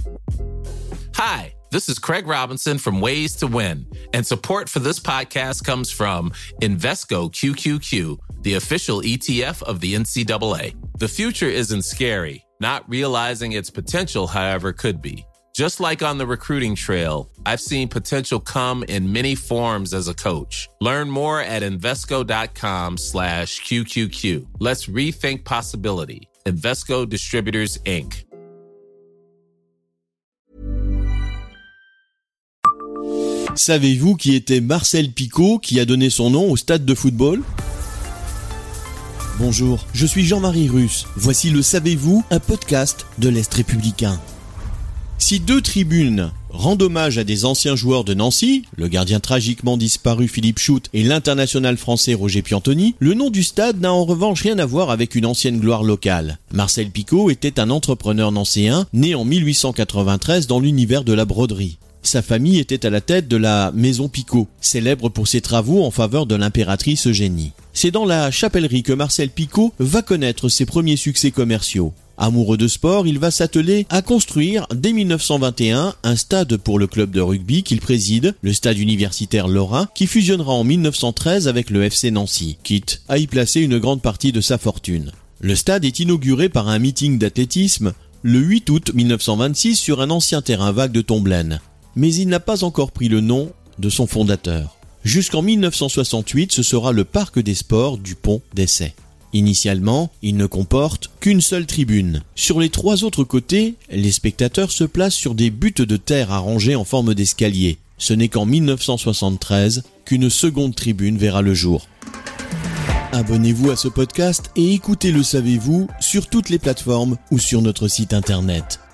Hi, this is Craig Robinson from Ways to Win, and support for this podcast comes from Invesco QQQ, the official ETF of the NCAA. The future isn't scary. Not realizing its potential, however, could be. Just like on the recruiting trail, I've seen potential come in many forms as a coach. Learn more at Invesco.com/QQQ. Let's rethink possibility. Invesco Distributors, Inc. Savez-vous qui était Marcel Picaud qui a donné son nom au stade de football ? Bonjour, je suis Jean-Marie Russe. Voici le Savez-vous, un podcast de l'Est républicain. Si deux tribunes rendent hommage à des anciens joueurs de Nancy, le gardien tragiquement disparu Philippe Choute et l'international français Roger Piantoni, le nom du stade n'a en revanche rien à voir avec une ancienne gloire locale. Marcel Picaud était un entrepreneur nancéen né en 1893 dans l'univers de la broderie. Sa famille était à la tête de la Maison Picot, célèbre pour ses travaux en faveur de l'impératrice Eugénie. C'est dans la chapellerie que Marcel Picaud va connaître ses premiers succès commerciaux. Amoureux de sport, il va s'atteler à construire dès 1921 un stade pour le club de rugby qu'il préside, le stade universitaire Lorrain, qui fusionnera en 1913 avec le FC Nancy, quitte à y placer une grande partie de sa fortune. Le stade est inauguré par un meeting d'athlétisme le 8 août 1926 sur un ancien terrain vague de Tomblaine. Mais il n'a pas encore pris le nom de son fondateur. Jusqu'en 1968, ce sera le parc des sports du Pont d'Essai. Initialement, il ne comporte qu'une seule tribune. Sur les trois autres côtés, les spectateurs se placent sur des buttes de terre arrangées en forme d'escalier. Ce n'est qu'en 1973 qu'une seconde tribune verra le jour. Abonnez-vous à ce podcast et écoutez Le Savez-vous sur toutes les plateformes ou sur notre site internet.